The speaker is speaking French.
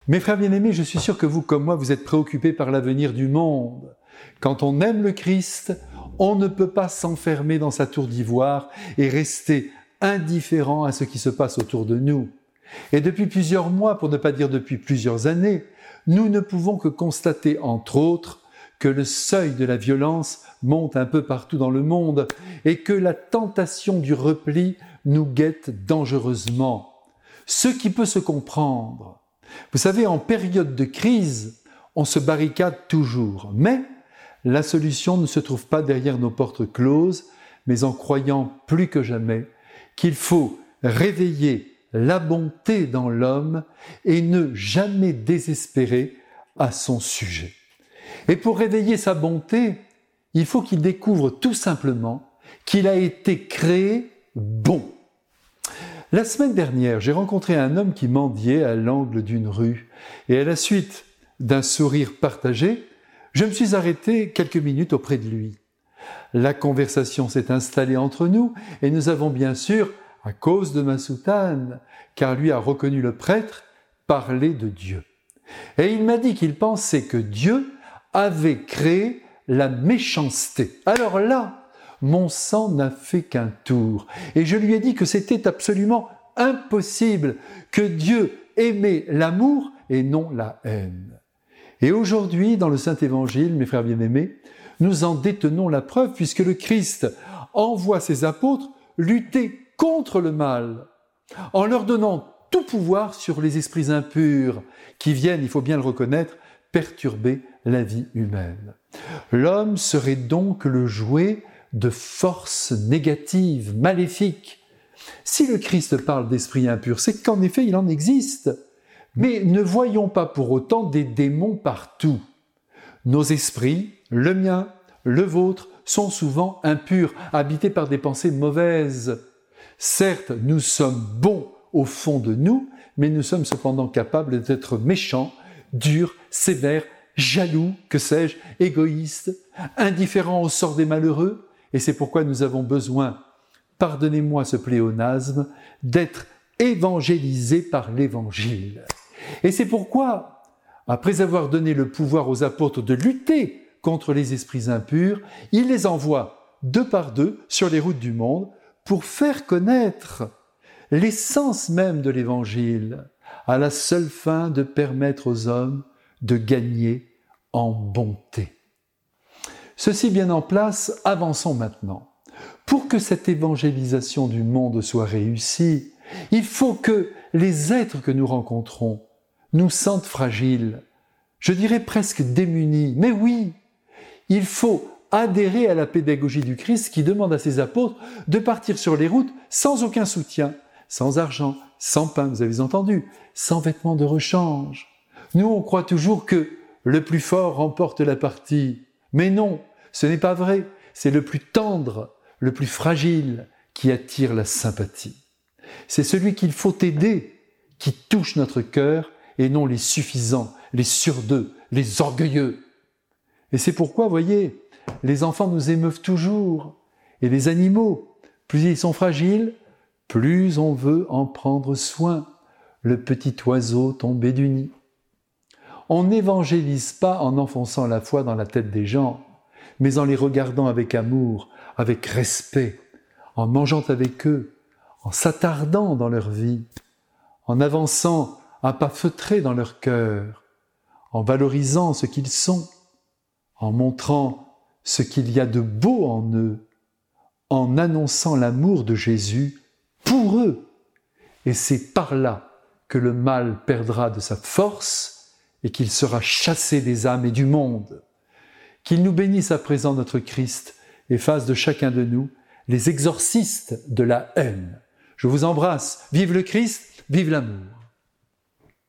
Mes frères bien-aimés, je suis sûr que vous, comme moi, vous êtes préoccupés par l'avenir du monde. Quand on aime le Christ, on ne peut pas s'enfermer dans sa tour d'ivoire et rester indifférent à ce qui se passe autour de nous. Et depuis plusieurs mois, pour ne pas dire depuis plusieurs années, nous ne pouvons que constater, entre autres, que le seuil de la violence monte un peu partout dans le monde et que la tentation du repli nous guette dangereusement. Ce qui peut se comprendre. Vous savez, en période de crise, on se barricade toujours, mais la solution ne se trouve pas derrière nos portes closes, mais en croyant plus que jamais qu'il faut réveiller la bonté dans l'homme et ne jamais désespérer à son sujet. Et pour réveiller sa bonté, il faut qu'il découvre tout simplement qu'il a été créé bon. La semaine dernière, j'ai rencontré un homme qui mendiait à l'angle d'une rue et à la suite d'un sourire partagé, je me suis arrêté quelques minutes auprès de lui. La conversation s'est installée entre nous et nous avons bien sûr, à cause de ma soutane, car lui a reconnu le prêtre, parlé de Dieu. Et il m'a dit qu'il pensait que Dieu avait créé la méchanceté. Alors là, mon sang n'a fait qu'un tour. Et je lui ai dit que c'était absolument impossible, que Dieu aimait l'amour et non la haine. Et aujourd'hui, dans le Saint-Évangile, mes frères bien-aimés, nous en détenons la preuve puisque le Christ envoie ses apôtres lutter contre le mal en leur donnant tout pouvoir sur les esprits impurs qui viennent, il faut bien le reconnaître, perturber la vie humaine. L'homme serait donc le jouet de forces négatives, maléfiques. Si le Christ parle d'esprits impurs, c'est qu'en effet il en existe. Mais ne voyons pas pour autant des démons partout. Nos esprits, le mien, le vôtre, sont souvent impurs, habités par des pensées mauvaises. Certes, nous sommes bons au fond de nous, mais nous sommes cependant capables d'être méchants, durs, sévères, jaloux, que sais-je, égoïstes, indifférents au sort des malheureux, et c'est pourquoi nous avons besoin, pardonnez-moi ce pléonasme, d'être évangélisés par l'Évangile. Et c'est pourquoi, après avoir donné le pouvoir aux apôtres de lutter contre les esprits impurs, il les envoie deux par deux sur les routes du monde pour faire connaître l'essence même de l'Évangile, à la seule fin de permettre aux hommes de gagner en bonté. Ceci bien en place, avançons maintenant. Pour que cette évangélisation du monde soit réussie, il faut que les êtres que nous rencontrons nous sentent fragiles, je dirais presque démunis. Mais oui, il faut adhérer à la pédagogie du Christ qui demande à ses apôtres de partir sur les routes sans aucun soutien, sans argent, sans pain, vous avez entendu, sans vêtements de rechange. Nous, on croit toujours que le plus fort remporte la partie. Mais non, ce n'est pas vrai. C'est le plus tendre, le plus fragile qui attire la sympathie. C'est celui qu'il faut aider qui touche notre cœur et non les suffisants, les sur-deux, les orgueilleux. Et c'est pourquoi, voyez, les enfants nous émeuvent toujours. Et les animaux, plus ils sont fragiles, plus on veut en prendre soin. Le petit oiseau tombé du nid. On n'évangélise pas en enfonçant la foi dans la tête des gens, mais en les regardant avec amour, avec respect, en mangeant avec eux, en s'attardant dans leur vie, en avançant un pas feutré dans leur cœur, en valorisant ce qu'ils sont, en montrant ce qu'il y a de beau en eux, en annonçant l'amour de Jésus pour eux. Et c'est par là que le mal perdra de sa force et qu'il sera chassé des âmes et du monde. Qu'il nous bénisse à présent notre Christ et fasse de chacun de nous les exorcistes de la haine. Je vous embrasse. Vive le Christ, vive l'amour.